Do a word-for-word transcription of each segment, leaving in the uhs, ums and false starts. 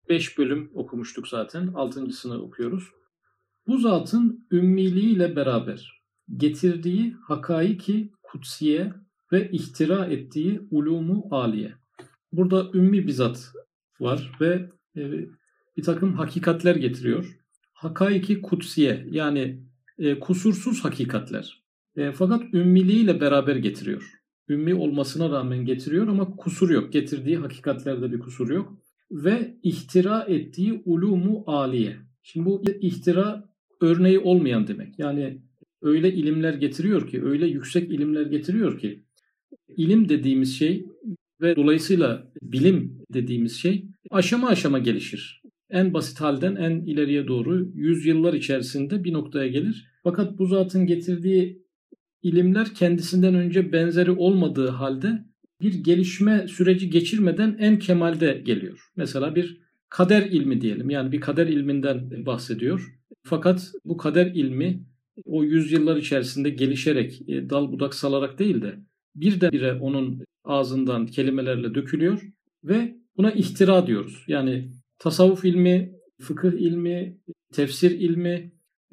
beş bölüm okumuştuk zaten. altıncısını okuyoruz. Bu zatın ümmiliğiyle beraber getirdiği hakaiki kutsiye ve ihtira ettiği ulumu aliye. Burada ümmi bir zat var ve e, bir takım hakikatler getiriyor. Hakaiki kutsiye yani e, kusursuz hakikatler. E, fakat ümmiliğiyle beraber getiriyor. Ümmi olmasına rağmen getiriyor ama kusur yok. Getirdiği hakikatlerde bir kusur yok. Ve ihtira ettiği ulumu aliye. Şimdi bu ihtira örneği olmayan demek. Yani öyle ilimler getiriyor ki, öyle yüksek ilimler getiriyor ki, ilim dediğimiz şey ve dolayısıyla bilim dediğimiz şey aşama aşama gelişir. En basit halden en ileriye doğru yüzyıllar içerisinde bir noktaya gelir. Fakat bu zatın getirdiği ilimler kendisinden önce benzeri olmadığı halde bir gelişme süreci geçirmeden en kemalde geliyor. Mesela bir kader ilmi diyelim. Yani bir kader ilminden bahsediyor. Fakat bu kader ilmi o yüzyıllar içerisinde gelişerek, dal budak salarak değil de birdenbire onun ağzından kelimelerle dökülüyor ve buna ihtira diyoruz. Yani tasavvuf ilmi, fıkıh ilmi, tefsir ilmi,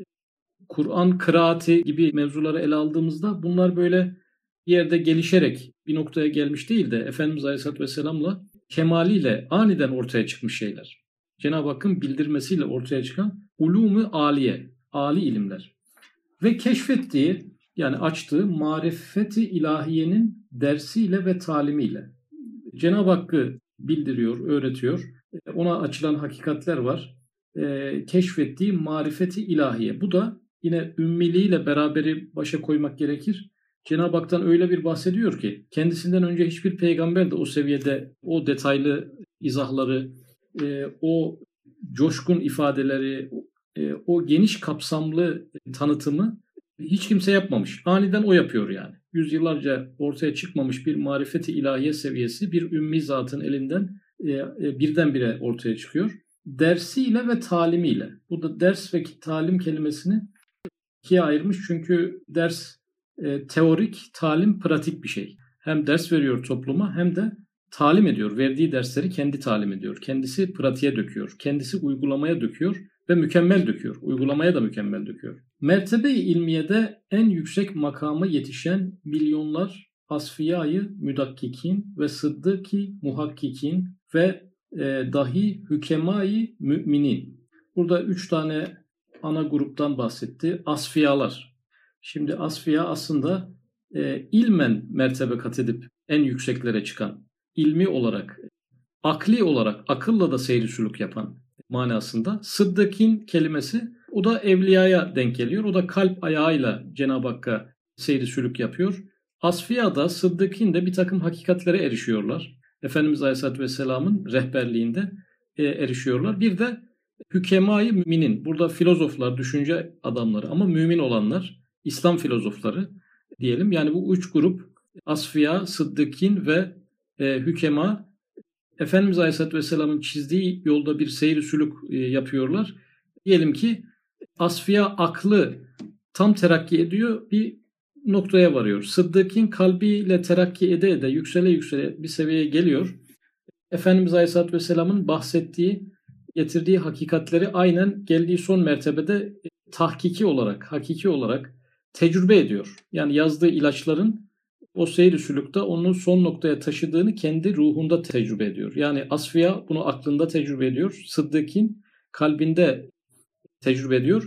Kur'an kıraati gibi mevzuları ele aldığımızda bunlar böyle bir yerde gelişerek bir noktaya gelmiş değil de Efendimiz Aleyhisselatü Vesselam'la kemaliyle aniden ortaya çıkmış şeyler. Cenab-ı Hakk'ın bildirmesiyle ortaya çıkan ulûm-u âliye, âli ilimler. Ve keşfettiği yani açtığı marifeti ilahiyenin dersiyle ve talimiyle. Cenab-ı Hakk'ı bildiriyor, öğretiyor. Ona açılan hakikatler var. E, keşfettiği marifeti ilahiye. Bu da yine ümmiliğiyle beraberi başa koymak gerekir. Cenab-ı Hak'tan öyle bir bahsediyor ki kendisinden önce hiçbir peygamber de o seviyede o detaylı izahları, e, o coşkun ifadeleri, e, o geniş kapsamlı tanıtımı hiç kimse yapmamış. Aniden o yapıyor yani. Yüzyıllarca ortaya çıkmamış bir marifeti ilahiye seviyesi bir ümmi zatın elinden e, e, birdenbire ortaya çıkıyor. Dersiyle ve talimiyle. Burada ders ve talim kelimesini ikiye ayırmış çünkü ders e, teorik, talim pratik bir şey. Hem ders veriyor topluma hem de talim ediyor. Verdiği dersleri kendi talim ediyor. Kendisi pratiğe döküyor. Kendisi uygulamaya döküyor ve mükemmel döküyor. Uygulamaya da mükemmel döküyor. Mertebe-i ilmiyede en yüksek makama yetişen milyonlar asfiyayı müdakkikin ve sıddıki muhakkikin ve e, dahi hükemayı müminin. Burada üç tane ana gruptan bahsetti. Asfiyalar. Şimdi asfiya aslında e, ilmen mertebe kat edip en yükseklere çıkan, ilmi olarak, akli olarak, akılla da seyri sülük yapan manasında. Sıddıkin kelimesi o da evliyaya denk geliyor. O da kalp ayağıyla Cenab-ı Hakk'a seyri sülük yapıyor. Asfiya da sıddıkin de bir takım hakikatlere erişiyorlar. Efendimiz Aleyhisselatü Vesselam'ın rehberliğinde e, erişiyorlar. Bir de hükemai müminin, burada filozoflar, düşünce adamları ama mümin olanlar, İslam filozofları diyelim. Yani bu üç grup asfiya, sıddıkin ve e, hükema Efendimiz Aleyhisselatü Vesselam'ın çizdiği yolda bir seyri sülük e, yapıyorlar. Diyelim ki asfiya aklı tam terakki ediyor, bir noktaya varıyor. Sıddıkin kalbiyle terakki ede ede yüksele yüksele bir seviyeye geliyor. Efendimiz Aleyhisselatü Vesselam'ın bahsettiği, getirdiği hakikatleri aynen geldiği son mertebede tahkiki olarak, hakiki olarak tecrübe ediyor. Yani yazdığı ilaçların o seyir-i sülükte onu son noktaya taşıdığını kendi ruhunda tecrübe ediyor. Yani asfiya bunu aklında tecrübe ediyor. Sıddıkin kalbinde tecrübe ediyor.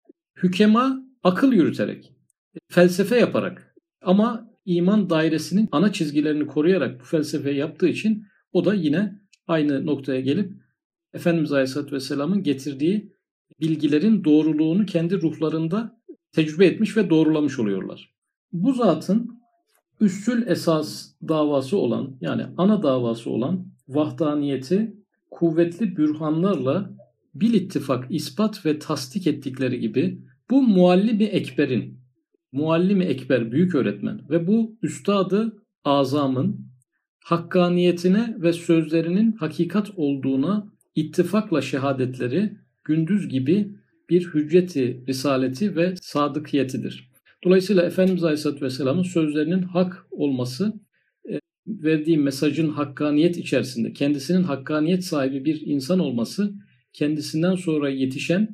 Hükema akıl yürüterek, felsefe yaparak ama iman dairesinin ana çizgilerini koruyarak bu felsefeyi yaptığı için o da yine aynı noktaya gelip Efendimiz Aleyhisselatü Vesselam'ın getirdiği bilgilerin doğruluğunu kendi ruhlarında tecrübe etmiş ve doğrulamış oluyorlar. Bu zatın üssül esas davası olan yani ana davası olan vahdaniyeti kuvvetli bürhanlarla bil ittifak ispat ve tasdik ettikleri gibi bu muallim-i ekberin, muallim-i ekber büyük öğretmen ve bu üstadı azamın hakkaniyetine ve sözlerinin hakikat olduğuna ittifakla şehadetleri gündüz gibi bir hücceti, risaleti ve sadıkiyetidir. Dolayısıyla Efendimiz Aleyhisselatü Vesselam'ın sözlerinin hak olması verdiği mesajın hakkaniyet içerisinde kendisinin hakkaniyet sahibi bir insan olması, kendisinden sonra yetişen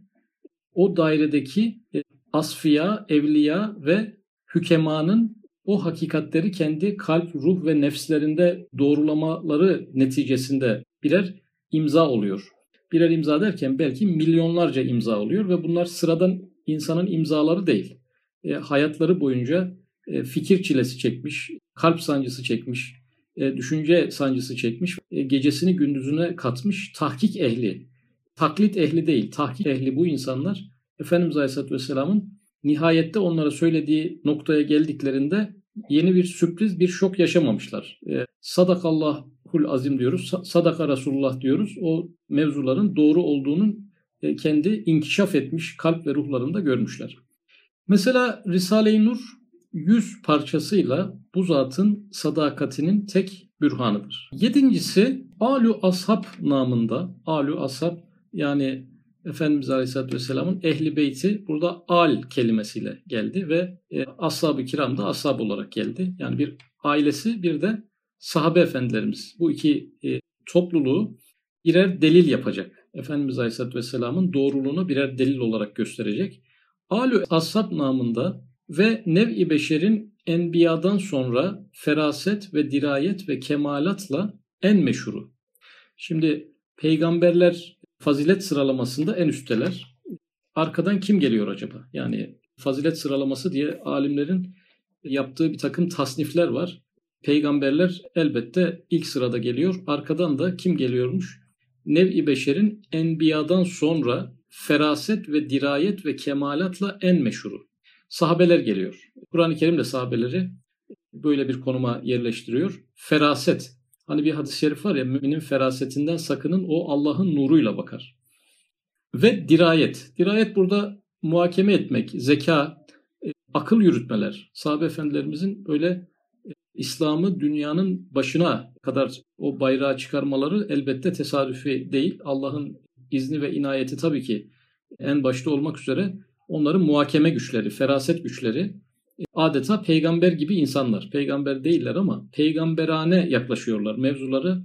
o dairedeki asfiya, evliya ve hükemanın o hakikatleri kendi kalp, ruh ve nefslerinde doğrulamaları neticesinde birer imza oluyor. Birer imza derken belki milyonlarca imza oluyor ve bunlar sıradan insanın imzaları değil. E, hayatları boyunca e, fikir çilesi çekmiş, kalp sancısı çekmiş, e, düşünce sancısı çekmiş, e, gecesini gündüzüne katmış tahkik ehli, taklit ehli değil, tahkik ehli bu insanlar Efendimiz Aleyhisselatü Vesselam'ın nihayette onlara söylediği noktaya geldiklerinde yeni bir sürpriz, bir şok yaşamamışlar. E, Sadakallahul azim diyoruz, sadaka Resulullah diyoruz. O mevzuların doğru olduğunun e, kendi inkişaf etmiş kalp ve ruhlarında görmüşler. Mesela Risale-i Nur yüz parçasıyla bu zatın sadakatinin tek bürhanıdır. Yedincisi Alu Ashab namında. Alu Ashab yani Efendimiz Aleyhisselatü Vesselam'ın ehli beyti burada al kelimesiyle geldi ve e, ashab-ı kiram da ashab olarak geldi. Yani bir ailesi bir de sahabe efendilerimiz. Bu iki e, topluluğu birer delil yapacak. Efendimiz Aleyhisselatü Vesselam'ın doğruluğunu birer delil olarak gösterecek. Alu ashab namında ve nev-i beşerin enbiyadan sonra feraset ve dirayet ve kemalatla en meşhuru. Şimdi peygamberler fazilet sıralamasında en üstteler. Arkadan kim geliyor acaba? Yani fazilet sıralaması diye alimlerin yaptığı bir takım tasnifler var. Peygamberler elbette ilk sırada geliyor. Arkadan da kim geliyormuş? Nev-i beşerin enbiyadan sonra feraset ve dirayet ve kemalatla en meşhuru. Sahabeler geliyor. Kur'an-ı Kerim de sahabeleri böyle bir konuma yerleştiriyor. Feraset. Hani bir hadis-i şerif var ya, müminin ferasetinden sakının, o Allah'ın nuruyla bakar. Ve dirayet. Dirayet burada muhakeme etmek, zeka, akıl yürütmeler. Sahabe efendilerimizin öyle İslam'ı dünyanın başına kadar o bayrağı çıkarmaları elbette tesadüfi değil. Allah'ın izni ve inayeti tabii ki en başta olmak üzere onların muhakeme güçleri, feraset güçleri, adeta peygamber gibi insanlar. Peygamber değiller ama peygamberane yaklaşıyorlar. Mevzuları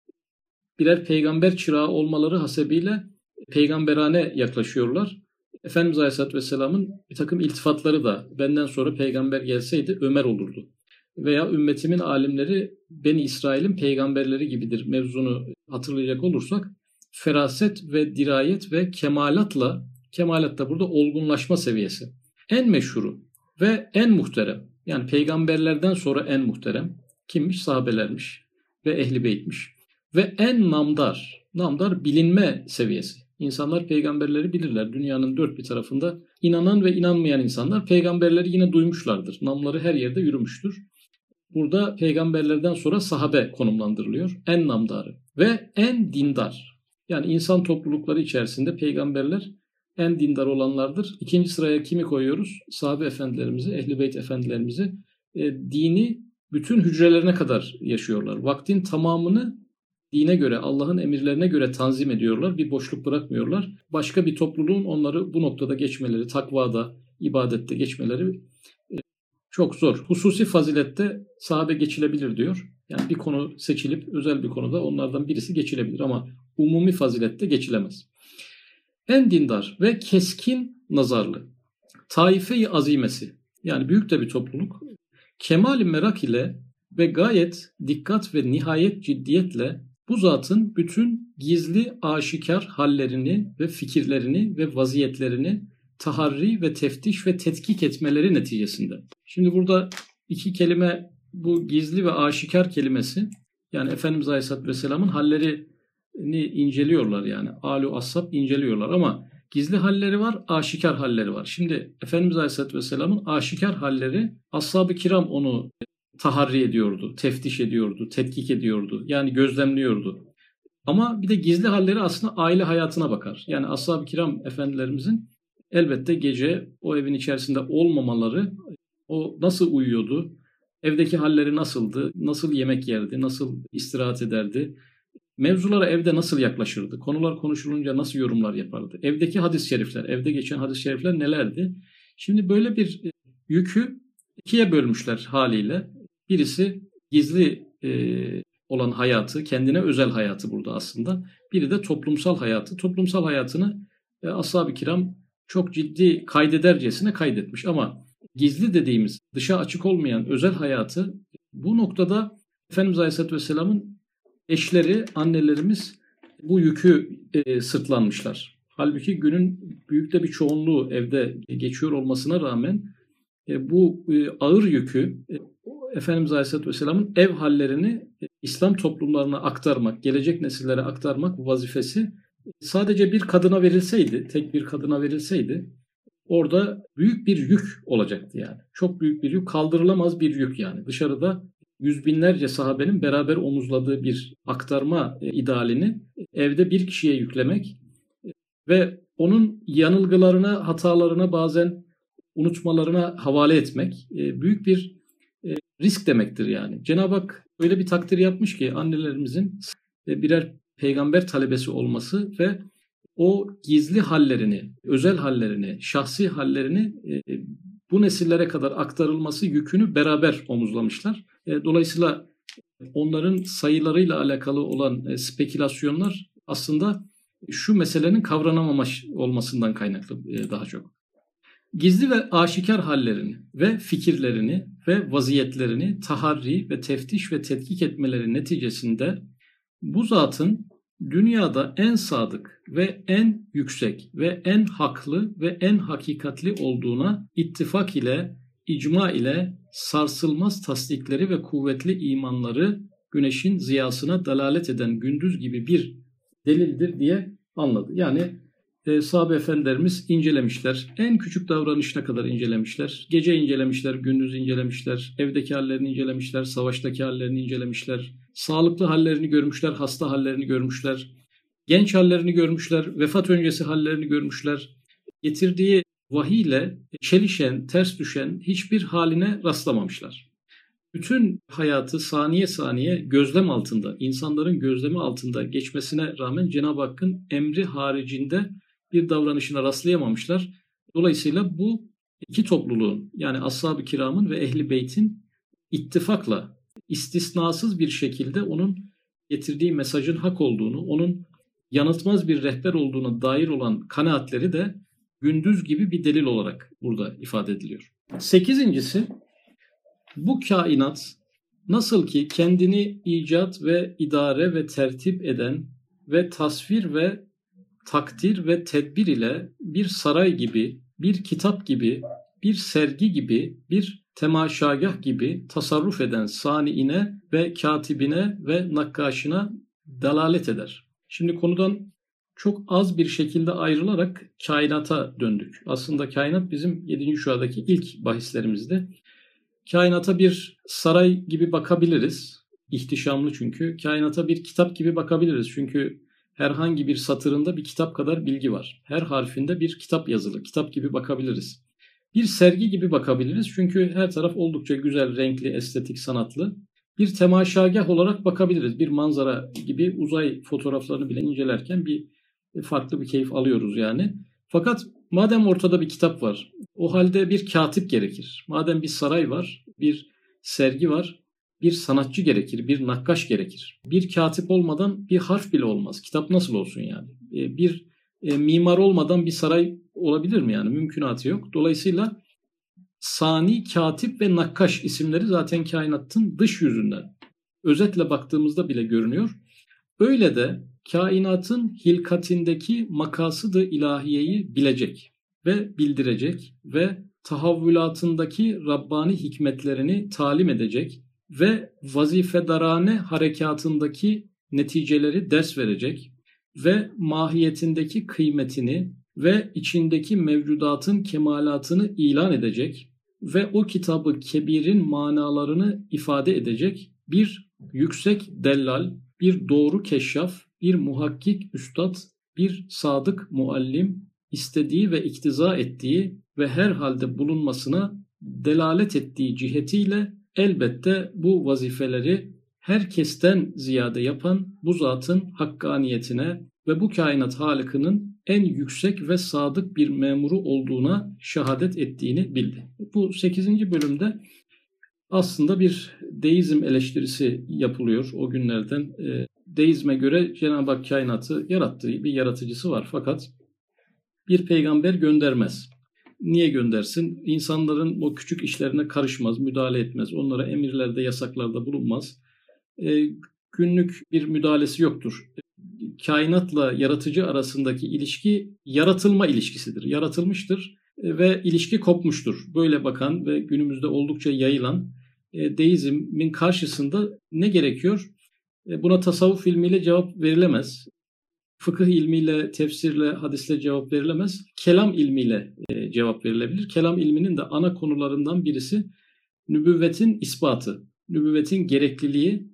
birer peygamber çırağı olmaları hasebiyle peygamberane yaklaşıyorlar. Efendimiz Aleyhisselatü Vesselam'ın bir takım iltifatları da benden sonra peygamber gelseydi Ömer olurdu. Veya ümmetimin alimleri Beni İsrail'in peygamberleri gibidir mevzunu hatırlayacak olursak, feraset ve dirayet ve kemalatla, kemalat da burada olgunlaşma seviyesi. En meşhuru ve en muhterem, yani peygamberlerden sonra en muhterem kimmiş? Sahabelermiş ve ehli beytmiş. Ve en namdar, namdar bilinme seviyesi. İnsanlar peygamberleri bilirler. Dünyanın dört bir tarafında inanan ve inanmayan insanlar peygamberleri yine duymuşlardır. Namları her yerde yürümüştür. Burada peygamberlerden sonra sahabe konumlandırılıyor. En namdarı ve en dindar. Yani insan toplulukları içerisinde peygamberler en dindar olanlardır. İkinci sıraya kimi koyuyoruz? Sahabe efendilerimizi, ehl-i beyt efendilerimizi. E, dini bütün hücrelerine kadar yaşıyorlar. Vaktin tamamını dine göre, Allah'ın emirlerine göre tanzim ediyorlar. Bir boşluk bırakmıyorlar. Başka bir topluluğun onları bu noktada geçmeleri, takvada, ibadette geçmeleri e, çok zor. Hususi fazilette sahabe geçilebilir diyor. Yani bir konu seçilip özel bir konuda onlardan birisi geçilebilir ama umumi fazilette geçilemez. En dindar ve keskin nazarlı, taife-i azimesi, yani büyük de bir topluluk, kemal-i merak ile ve gayet dikkat ve nihayet ciddiyetle bu zatın bütün gizli aşikar hallerini ve fikirlerini ve vaziyetlerini taharri ve teftiş ve tetkik etmeleri neticesinde. Şimdi burada iki kelime, bu gizli ve aşikar kelimesi, yani Efendimiz Aleyhisselatü Vesselam'ın hallerini inceliyorlar, yani alu ashab inceliyorlar ama gizli halleri var, aşikar halleri var. Şimdi Efendimiz Aleyhisselatü Vesselam'ın aşikar halleri, ashab-ı kiram onu taharri ediyordu, teftiş ediyordu, tetkik ediyordu, yani gözlemliyordu. Ama bir de gizli halleri aslında aile hayatına bakar. Yani ashab-ı kiram efendilerimizin elbette gece o evin içerisinde olmamaları, o nasıl uyuyordu, evdeki halleri nasıldı, nasıl yemek yerdi, nasıl istirahat ederdi, mevzulara evde nasıl yaklaşırdı, konular konuşulunca nasıl yorumlar yapardı, evdeki hadis-i şerifler, evde geçen hadis-i şerifler nelerdi? Şimdi böyle bir yükü ikiye bölmüşler haliyle. Birisi gizli e, olan hayatı, kendine özel hayatı burada aslında. Biri de toplumsal hayatı. Toplumsal hayatını e, ashab-ı kiram çok ciddi kaydedercesine kaydetmiş ama gizli dediğimiz, dışa açık olmayan özel hayatı bu noktada Efendimiz Aleyhisselatü Vesselam'ın eşleri, annelerimiz bu yükü e, sırtlanmışlar. Halbuki günün büyük de bir çoğunluğu evde geçiyor olmasına rağmen e, bu e, ağır yükü e, Efendimiz Aleyhisselatü Vesselam'ın ev hallerini e, İslam toplumlarına aktarmak, gelecek nesillere aktarmak vazifesi sadece bir kadına verilseydi, tek bir kadına verilseydi orada büyük bir yük olacaktı yani. Çok büyük bir yük, kaldırılamaz bir yük yani. Dışarıda yüz binlerce sahabenin beraber omuzladığı bir aktarma e, idealini evde bir kişiye yüklemek e, ve onun yanılgılarına, hatalarına bazen unutmalarına havale etmek e, büyük bir e, risk demektir yani. Cenab-ı Hak öyle bir takdir yapmış ki annelerimizin e, birer peygamber talebesi olması ve o gizli hallerini, özel hallerini, şahsi hallerini e, bu nesillere kadar aktarılması yükünü beraber omuzlamışlar. E, dolayısıyla onların sayılarıyla alakalı olan e, spekülasyonlar aslında şu meselenin kavranamamış olmasından kaynaklı e, daha çok. Gizli ve aşikar hallerini ve fikirlerini ve vaziyetlerini taharri ve teftiş ve tetkik etmeleri neticesinde bu zatın dünyada en sadık ve en yüksek ve en haklı ve en hakikatli olduğuna ittifak ile, icma ile sarsılmaz tasdikleri ve kuvvetli imanları güneşin ziyasına dalalet eden gündüz gibi bir delildir diye anladı. Yani e, sahabe efendilerimiz incelemişler. En küçük davranışına kadar incelemişler. Gece incelemişler, gündüz incelemişler, evdeki hallerini incelemişler, savaştaki hallerini incelemişler. Sağlıklı hallerini görmüşler, hasta hallerini görmüşler. Genç hallerini görmüşler, vefat öncesi hallerini görmüşler. Getirdiği vahiyle çelişen, ters düşen hiçbir haline rastlamamışlar. Bütün hayatı saniye saniye gözlem altında, insanların gözlemi altında geçmesine rağmen Cenab-ı Hakk'ın emri haricinde bir davranışına rastlayamamışlar. Dolayısıyla bu iki topluluğun yani ashab-ı kiramın ve ehli beytin ittifakla istisnasız bir şekilde onun getirdiği mesajın hak olduğunu, onun yanıltmaz bir rehber olduğuna dair olan kanaatleri de gündüz gibi bir delil olarak burada ifade ediliyor. Sekizincisi, bu kainat nasıl ki kendini icat ve idare ve tertip eden ve tasvir ve takdir ve tedbir ile bir saray gibi, bir kitap gibi, bir sergi gibi, bir temaşagah gibi tasarruf eden saniine ve katibine ve nakkaşına dalalet eder. Şimdi konudan çok az bir şekilde ayrılarak kainata döndük. Aslında kainat bizim yedinci şuadaki ilk bahislerimizde. Kainata bir saray gibi bakabiliriz. İhtişamlı çünkü. Kainata bir kitap gibi bakabiliriz. Çünkü herhangi bir satırında bir kitap kadar bilgi var. Her harfinde bir kitap yazılı. Kitap gibi bakabiliriz. Bir sergi gibi bakabiliriz. Çünkü her taraf oldukça güzel, renkli, estetik, sanatlı. Bir temaşagah olarak bakabiliriz. Bir manzara gibi uzay fotoğraflarını bile incelerken bir farklı bir keyif alıyoruz yani. Fakat madem ortada bir kitap var, o halde bir katip gerekir. Madem bir saray var, bir sergi var, bir sanatçı gerekir, bir nakkaş gerekir. Bir katip olmadan bir harf bile olmaz. Kitap nasıl olsun yani? Bir mimar olmadan bir saray olabilir mi yani? Mümkünatı yok. Dolayısıyla sani, katip ve nakkaş isimleri zaten kainatın dış yüzünden özetle baktığımızda bile görünüyor. Öyle de kainatın hilkatindeki makasıdı ilahiyeyi bilecek ve bildirecek ve tahavvülatındaki Rabbani hikmetlerini talim edecek ve vazifedarane harekatındaki neticeleri ders verecek ve mahiyetindeki kıymetini ve içindeki mevcudatın kemalatını ilan edecek ve o kitabı kebirin manalarını ifade edecek bir yüksek dellal, bir doğru keşşaf, bir muhakkik üstad, bir sadık muallim, istediği ve iktiza ettiği ve her halde bulunmasına delalet ettiği cihetiyle elbette bu vazifeleri herkesten ziyade yapan bu zatın hakkaniyetine ve bu kainat halikinin en yüksek ve sadık bir memuru olduğuna şehadet ettiğini bildi. Bu sekizinci bölümde aslında bir deizm eleştirisi yapılıyor o günlerden. E, deizme göre Cenab-ı Hak kainatı yarattığı bir yaratıcısı var fakat bir peygamber göndermez. Niye göndersin? İnsanların o küçük işlerine karışmaz, müdahale etmez. Onlara emirlerde, yasaklarda bulunmaz. E, günlük bir müdahalesi yoktur. Kainatla yaratıcı arasındaki ilişki yaratılma ilişkisidir. Yaratılmıştır ve ilişki kopmuştur. Böyle bakan ve günümüzde oldukça yayılan e, deizmin karşısında ne gerekiyor? E, buna tasavvuf ilmiyle cevap verilemez. Fıkıh ilmiyle, tefsirle, hadisle cevap verilemez. Kelam ilmiyle e, cevap verilebilir. Kelam ilminin de ana konularından birisi nübüvvetin ispatı, nübüvvetin gerekliliği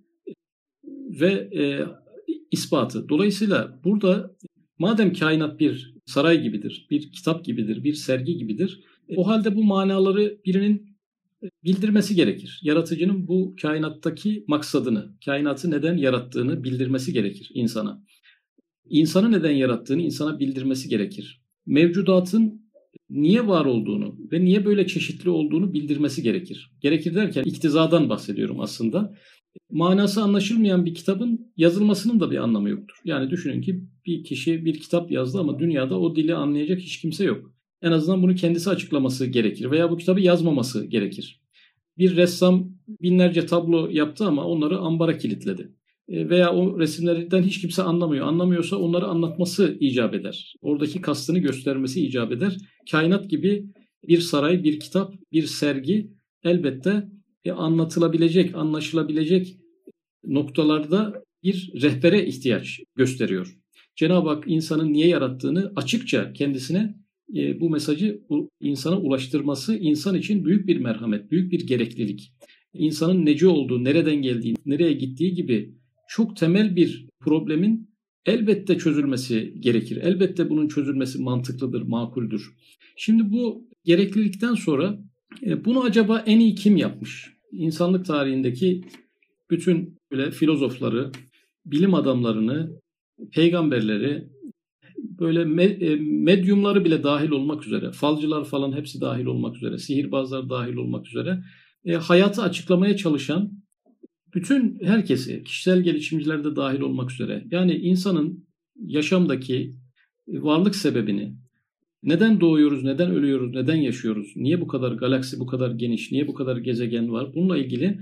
ve e, ispatı. Dolayısıyla burada madem kainat bir saray gibidir, bir kitap gibidir, bir sergi gibidir, o halde bu manaları birinin bildirmesi gerekir. Yaratıcının bu kainattaki maksadını, kainatı neden yarattığını bildirmesi gerekir insana. İnsanı neden yarattığını insana bildirmesi gerekir. Mevcudatın niye var olduğunu ve niye böyle çeşitli olduğunu bildirmesi gerekir. Gerekir derken iktizadan bahsediyorum aslında. Manası anlaşılmayan bir kitabın yazılmasının da bir anlamı yoktur. Yani düşünün ki bir kişi bir kitap yazdı ama dünyada o dili anlayacak hiç kimse yok. En azından bunu kendisi açıklaması gerekir veya bu kitabı yazmaması gerekir. Bir ressam binlerce tablo yaptı ama onları ambara kilitledi. Veya o resimlerden hiç kimse anlamıyor. Anlamıyorsa onları anlatması icap eder. Oradaki kastını göstermesi icap eder. Kainat gibi bir saray, bir kitap, bir sergi elbette e, anlatılabilecek, anlaşılabilecek noktalarda bir rehbere ihtiyaç gösteriyor. Cenab-ı Hak insanın niye yarattığını açıkça kendisine e, bu mesajı bu insana ulaştırması insan için büyük bir merhamet, büyük bir gereklilik. İnsanın neci olduğu, nereden geldiği, nereye gittiği gibi çok temel bir problemin elbette çözülmesi gerekir. Elbette bunun çözülmesi mantıklıdır, makuldür. Şimdi bu gereklilikten sonra e, bunu acaba en iyi kim yapmış? İnsanlık tarihindeki bütün böyle filozofları, bilim adamlarını, peygamberleri, böyle medyumları bile dahil olmak üzere, falcılar falan hepsi dahil olmak üzere, sihirbazlar dahil olmak üzere e, hayatı açıklamaya çalışan bütün herkesi, kişisel gelişimciler de dahil olmak üzere, yani insanın yaşamdaki varlık sebebini, neden doğuyoruz, neden ölüyoruz, neden yaşıyoruz, niye bu kadar galaksi bu kadar geniş, niye bu kadar gezegen var, bununla ilgili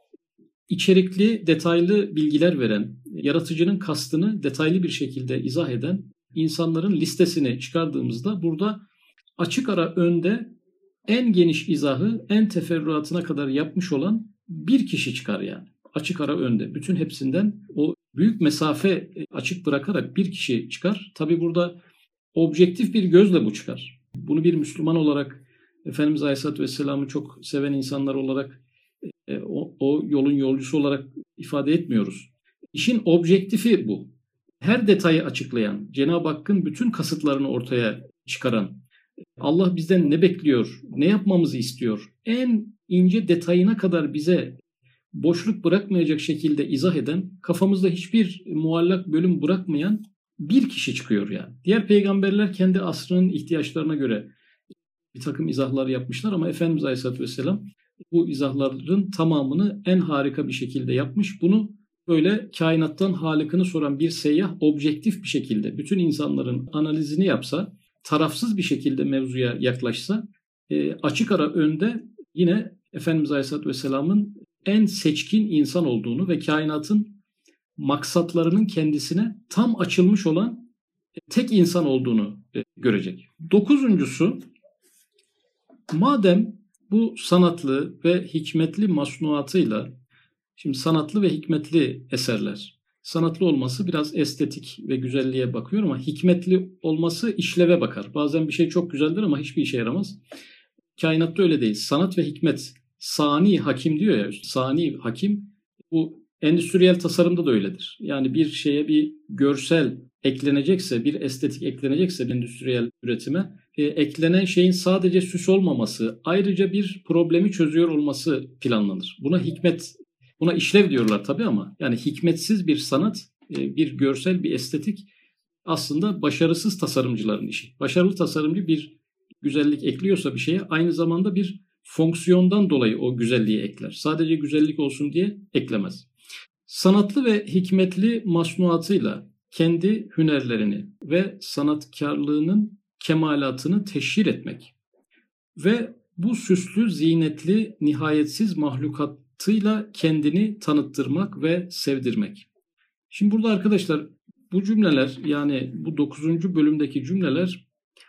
içerikli, detaylı bilgiler veren, yaratıcının kastını detaylı bir şekilde izah eden insanların listesini çıkardığımızda burada açık ara önde en geniş izahı en teferruatına kadar yapmış olan bir kişi çıkar yani. Açık ara önde. Bütün hepsinden o büyük mesafe açık bırakarak bir kişi çıkar. Tabi burada objektif bir gözle bu çıkar. Bunu bir Müslüman olarak Efendimiz Aleyhisselatü Vesselam'ı çok seven insanlar olarak e, o, o yolun yolcusu olarak ifade etmiyoruz. İşin objektifi bu. Her detayı açıklayan, Cenab-ı Hakk'ın bütün kasıtlarını ortaya çıkaran, Allah bizden ne bekliyor, ne yapmamızı istiyor, en ince detayına kadar bize boşluk bırakmayacak şekilde izah eden, kafamızda hiçbir muallak bölüm bırakmayan bir kişi çıkıyor yani. Diğer peygamberler kendi asrının ihtiyaçlarına göre bir takım izahlar yapmışlar ama Efendimiz Aleyhisselatü Vesselam bu izahların tamamını en harika bir şekilde yapmış. Bunu böyle kainattan halikini soran bir seyyah objektif bir şekilde bütün insanların analizini yapsa, tarafsız bir şekilde mevzuya yaklaşsa, e, açık ara önde yine Efendimiz Aleyhisselatü Vesselam'ın en seçkin insan olduğunu ve kainatın maksatlarının kendisine tam açılmış olan tek insan olduğunu e, görecek. Dokuzuncusu, madem bu sanatlı ve hikmetli masnuatıyla, şimdi sanatlı ve hikmetli eserler, sanatlı olması biraz estetik ve güzelliğe bakıyor ama hikmetli olması işleve bakar. Bazen bir şey çok güzeldir ama hiçbir işe yaramaz. Kainatta öyle değil. Sanat ve hikmet, sani hakim diyor ya, sani hakim, bu endüstriyel tasarımda da öyledir. Yani bir şeye bir görsel eklenecekse, bir estetik eklenecekse endüstriyel üretime, e, eklenen şeyin sadece süs olmaması, ayrıca bir problemi çözüyor olması planlanır. Buna hikmet, buna işlev diyorlar tabii ama yani hikmetsiz bir sanat, e, bir görsel, bir estetik aslında başarısız tasarımcıların işi. Başarılı tasarımcı bir güzellik ekliyorsa bir şeye aynı zamanda bir fonksiyondan dolayı o güzelliği ekler. Sadece güzellik olsun diye eklemez. Sanatlı ve hikmetli masnuatıyla kendi hünerlerini ve sanatkarlığının kemalatını teşhir etmek ve bu süslü, zinetli, nihayetsiz mahlukatıyla kendini tanıttırmak ve sevdirmek. Şimdi burada arkadaşlar bu cümleler, yani bu dokuzuncu bölümdeki cümleler,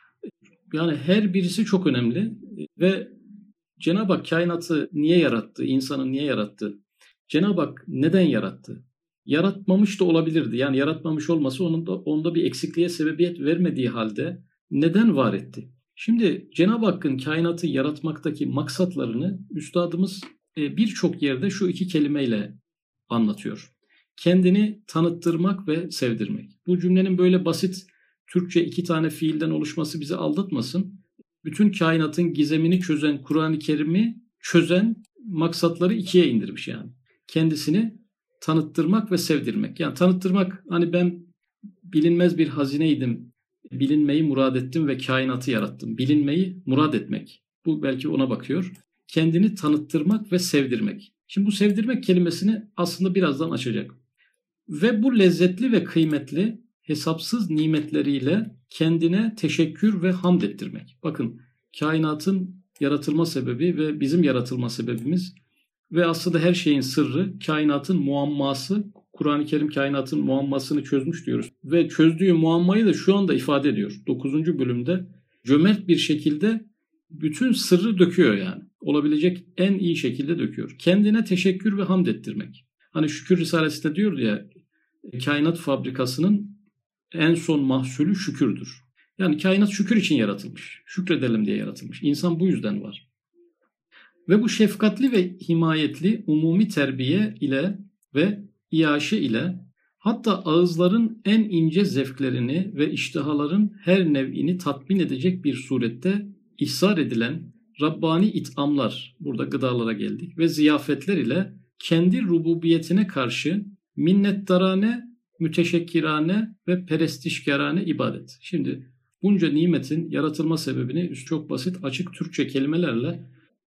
yani her birisi çok önemli ve Cenab-ı Hak kainatı niye yarattı, insanı niye yarattı? Cenab-ı Hak neden yarattı? Yaratmamış da olabilirdi. Yani yaratmamış olması onun da, onda bir eksikliğe sebebiyet vermediği halde neden var etti? Şimdi Cenab-ı Hakk'ın kainatı yaratmaktaki maksatlarını üstadımız birçok yerde şu iki kelimeyle anlatıyor. Kendini tanıttırmak ve sevdirmek. Bu cümlenin böyle basit Türkçe iki tane fiilden oluşması bizi aldatmasın. Bütün kainatın gizemini çözen, Kur'an-ı Kerim'i çözen maksatları ikiye indirmiş yani. Kendisini tanıttırmak ve sevdirmek. Yani tanıttırmak, hani ben bilinmez bir hazineydim, bilinmeyi murad ettim ve kainatı yarattım. Bilinmeyi murad etmek. Bu belki ona bakıyor. Kendini tanıttırmak ve sevdirmek. Şimdi bu sevdirmek kelimesini aslında birazdan açacak. Ve bu lezzetli ve kıymetli hesapsız nimetleriyle kendine teşekkür ve hamd ettirmek. Bakın, kainatın yaratılma sebebi ve bizim yaratılma sebebimiz ve aslında her şeyin sırrı kainatın muamması. Kur'an-ı Kerim kainatın muammasını çözmüş diyoruz. Ve çözdüğü muammayı da şu anda ifade ediyor. dokuzuncu bölümde cömert bir şekilde bütün sırrı döküyor yani. Olabilecek en iyi şekilde döküyor. Kendine teşekkür ve hamd ettirmek. Hani Şükür Risalesi'nde diyordu ya, kainat fabrikasının en son mahsulü şükürdür. Yani kainat şükür için yaratılmış. Şükredelim diye yaratılmış. İnsan bu yüzden var. Ve bu şefkatli ve himayetli umumi terbiye ile ve iaşe ile, hatta ağızların en ince zevklerini ve iştihaların her nev'ini tatmin edecek bir surette ihsar edilen Rabbani it'amlar, burada gıdalara geldik, ve ziyafetler ile kendi rububiyetine karşı minnettarane, müteşekkirane ve perestişkarane ibadet. Şimdi bunca nimetin yaratılma sebebini çok basit, açık Türkçe kelimelerle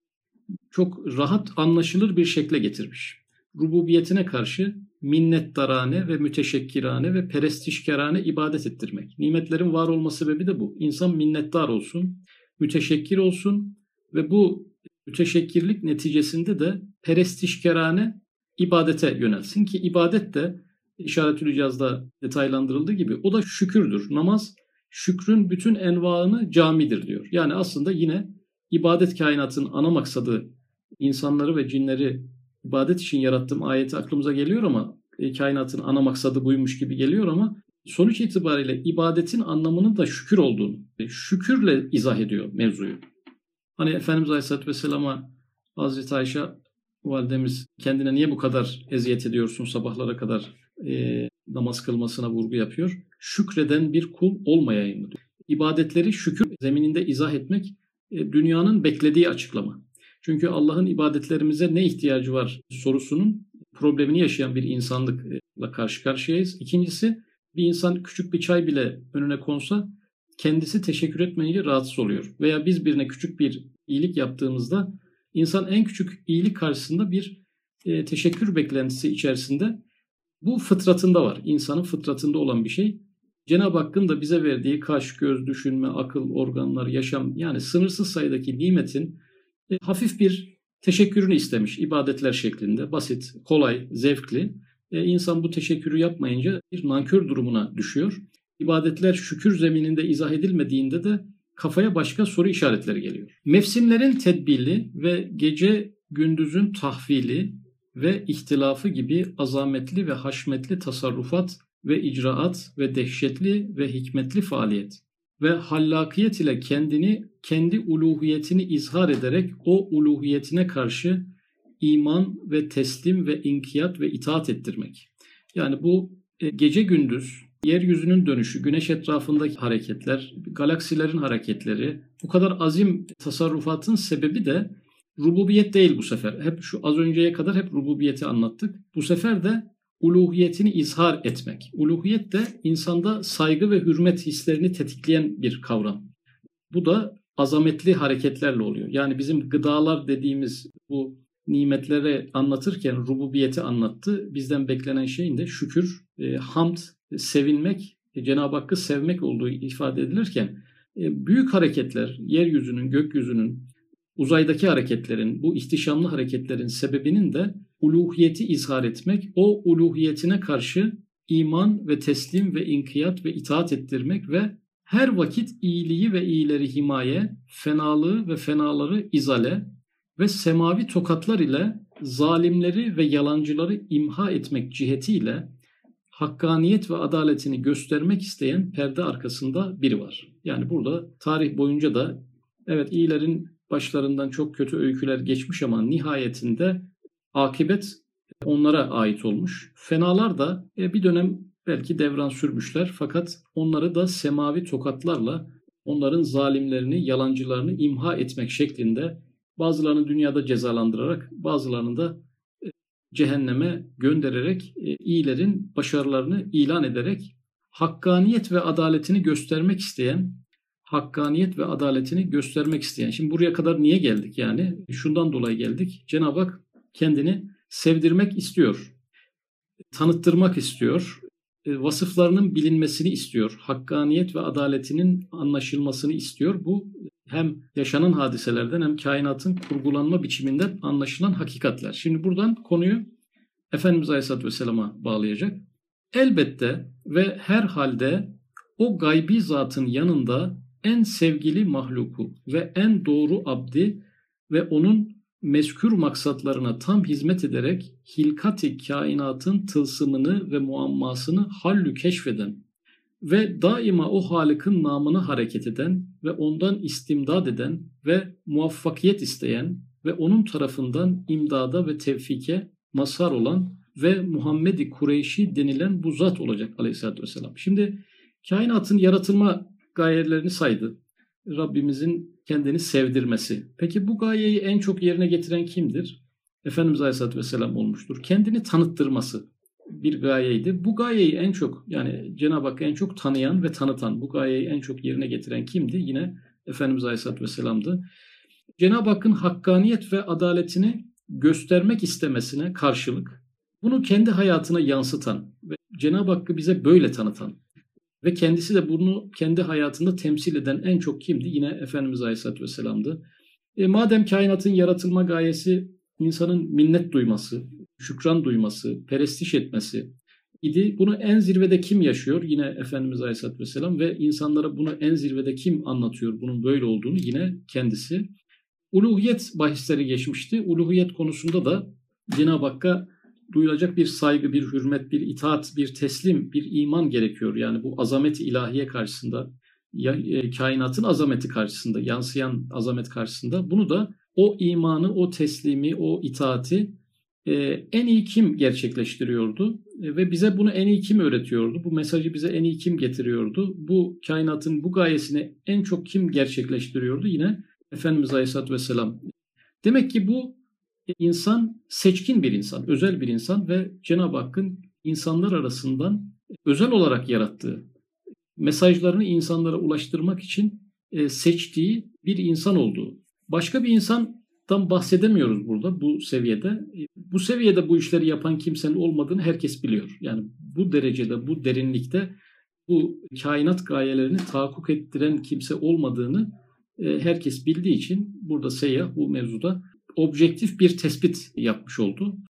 çok rahat anlaşılır bir şekle getirmiş. Rububiyetine karşı minnettarane ve müteşekkirane ve perestişkarane ibadet ettirmek. Nimetlerin var olma sebebi de bu. İnsan minnettar olsun, müteşekkir olsun ve bu müteşekkirlik neticesinde de perestişkarane ibadete yönelsin ki ibadet de İşaretül İcaz'da detaylandırıldığı gibi o da şükürdür. Namaz şükrün bütün envaını camidir diyor. Yani aslında yine ibadet kainatın ana maksadı, insanları ve cinleri ibadet için yarattığım ayeti aklımıza geliyor ama e, kainatın ana maksadı buymuş gibi geliyor ama sonuç itibariyle ibadetin anlamının da şükür olduğunu, e, şükürle izah ediyor mevzuyu. Hani Efendimiz Aleyhisselatü Vesselam'a Hazreti Ayşe validemiz kendine niye bu kadar eziyet ediyorsun sabahlara kadar e, namaz kılmasına vurgu yapıyor. Şükreden bir kul olmayayım mı diyor. İbadetleri şükür zemininde izah etmek e, dünyanın beklediği açıklama. Çünkü Allah'ın ibadetlerimize ne ihtiyacı var sorusunun problemini yaşayan bir insanlıkla karşı karşıyayız. İkincisi, bir insan küçük bir çay bile önüne konsa kendisi teşekkür etmeyince rahatsız oluyor. Veya biz birine küçük bir iyilik yaptığımızda insan en küçük iyilik karşısında bir e, teşekkür beklentisi içerisinde, bu fıtratında var. İnsanın fıtratında olan bir şey. Cenab-ı Hakk'ın da bize verdiği kaş, göz, düşünme, akıl, organlar, yaşam, yani sınırsız sayıdaki nimetin e, hafif bir teşekkürünü istemiş ibadetler şeklinde. Basit, kolay, zevkli. E, insan bu teşekkürü yapmayınca bir nankör durumuna düşüyor. İbadetler şükür zemininde izah edilmediğinde de kafaya başka soru işaretleri geliyor. Mevsimlerin tedbili ve gece gündüzün tahvili ve ihtilafı gibi azametli ve haşmetli tasarrufat ve icraat ve dehşetli ve hikmetli faaliyet ve hallakiyet ile kendini, kendi uluhiyetini izhar ederek o uluhiyetine karşı iman ve teslim ve inkiyat ve itaat ettirmek. Yani bu gece gündüz, yeryüzünün dönüşü, güneş etrafındaki hareketler, galaksilerin hareketleri, bu kadar azim tasarrufatın sebebi de rububiyet değil bu sefer. Hep şu az önceye kadar hep rububiyeti anlattık. Bu sefer de uluhiyetini izhar etmek. Uluhiyet de insanda saygı ve hürmet hislerini tetikleyen bir kavram. Bu da azametli hareketlerle oluyor. Yani bizim gıdalar dediğimiz bu nimetleri anlatırken rububiyeti anlattı. Bizden beklenen şeyin de şükür, e, hamd, sevinmek, e, Cenab-ı Hakk'ı sevmek olduğu ifade edilirken e, büyük hareketler, yeryüzünün, gökyüzünün, uzaydaki hareketlerin, bu ihtişamlı hareketlerin sebebinin de uluhiyeti izhar etmek, o uluhiyetine karşı iman ve teslim ve inkiyat ve itaat ettirmek ve her vakit iyiliği ve iyileri himaye, fenalığı ve fenaları izale ve semavi tokatlar ile zalimleri ve yalancıları imha etmek cihetiyle hakkaniyet ve adaletini göstermek isteyen perde arkasında biri var. Yani burada tarih boyunca da evet iyilerin başlarından çok kötü öyküler geçmiş ama nihayetinde akıbet onlara ait olmuş. Fenalar da bir dönem belki devran sürmüşler fakat onları da semavi tokatlarla onların zalimlerini, yalancılarını imha etmek şeklinde bazılarını dünyada cezalandırarak bazılarını da cehenneme göndererek iyilerin başarılarını ilan ederek hakkaniyet ve adaletini göstermek isteyen hakkaniyet ve adaletini göstermek isteyen. Şimdi buraya kadar niye geldik yani? Şundan dolayı geldik. Cenab-ı Hak kendini sevdirmek istiyor. Tanıttırmak istiyor. Vasıflarının bilinmesini istiyor. Hakkaniyet ve adaletinin anlaşılmasını istiyor. Bu hem yaşanan hadiselerden hem kainatın kurgulanma biçiminden anlaşılan hakikatler. Şimdi buradan konuyu Efendimiz Aleyhisselatü Vesselam'a bağlayacak. Elbette ve her halde o gaybi zatın yanında en sevgili mahluku ve en doğru abdi ve onun mezkür maksatlarına tam hizmet ederek hilkat-i kainatın tılsımını ve muammasını hallü keşfeden ve daima o Halık'ın namına hareket eden ve ondan istimdad eden ve muvaffakiyet isteyen ve onun tarafından imdada ve tevfike mazhar olan ve Muhammed-i Kureyşi denilen bu zat olacak Aleyhisselatü Vesselam. Şimdi kainatın yaratılma gayelerini saydı. Rabbimizin kendini sevdirmesi. Peki bu gayeyi en çok yerine getiren kimdir? Efendimiz Aleyhisselatü Vesselam olmuştur. Kendini tanıttırması bir gayeydi. Bu gayeyi en çok yani Cenab-ı Hakk'ı en çok tanıyan ve tanıtan, bu gayeyi en çok yerine getiren kimdi? Yine Efendimiz Aleyhisselatü Vesselam'dı. Cenab-ı Hakk'ın hakkaniyet ve adaletini göstermek istemesine karşılık bunu kendi hayatına yansıtan ve Cenab-ı Hakk'ı bize böyle tanıtan ve kendisi de bunu kendi hayatında temsil eden en çok kimdi? Yine Efendimiz Aleyhisselatü Vesselam'dı. E, madem kainatın yaratılma gayesi insanın minnet duyması, şükran duyması, perestiş etmesi idi. Bunu en zirvede kim yaşıyor? Yine Efendimiz Aleyhisselatü Vesselam ve insanlara bunu en zirvede kim anlatıyor bunun böyle olduğunu? Yine kendisi. Uluhiyet bahisleri geçmişti. Uluhiyet konusunda da Cenab-ı Hakk'a duyulacak bir saygı, bir hürmet, bir itaat, bir teslim, bir iman gerekiyor. Yani bu azamet-i ilahiye karşısında, ya, e, kainatın azameti karşısında, yansıyan azamet karşısında bunu da o imanı, o teslimi, o itaati e, en iyi kim gerçekleştiriyordu? E, ve bize bunu en iyi kim öğretiyordu? Bu mesajı bize en iyi kim getiriyordu? Bu kainatın bu gayesini en çok kim gerçekleştiriyordu? Yine Efendimiz Aleyhisselatü Vesselam. Demek ki bu insan seçkin bir insan, özel bir insan ve Cenab-ı Hakk'ın insanlar arasından özel olarak yarattığı, mesajlarını insanlara ulaştırmak için seçtiği bir insan olduğu. Başka bir insandan bahsedemiyoruz burada bu seviyede. Bu seviyede bu işleri yapan kimsenin olmadığını herkes biliyor. Yani bu derecede, bu derinlikte bu kainat gayelerini tahakkuk ettiren kimse olmadığını herkes bildiği için burada seyyah bu mevzuda objektif bir tespit yapmış oldu.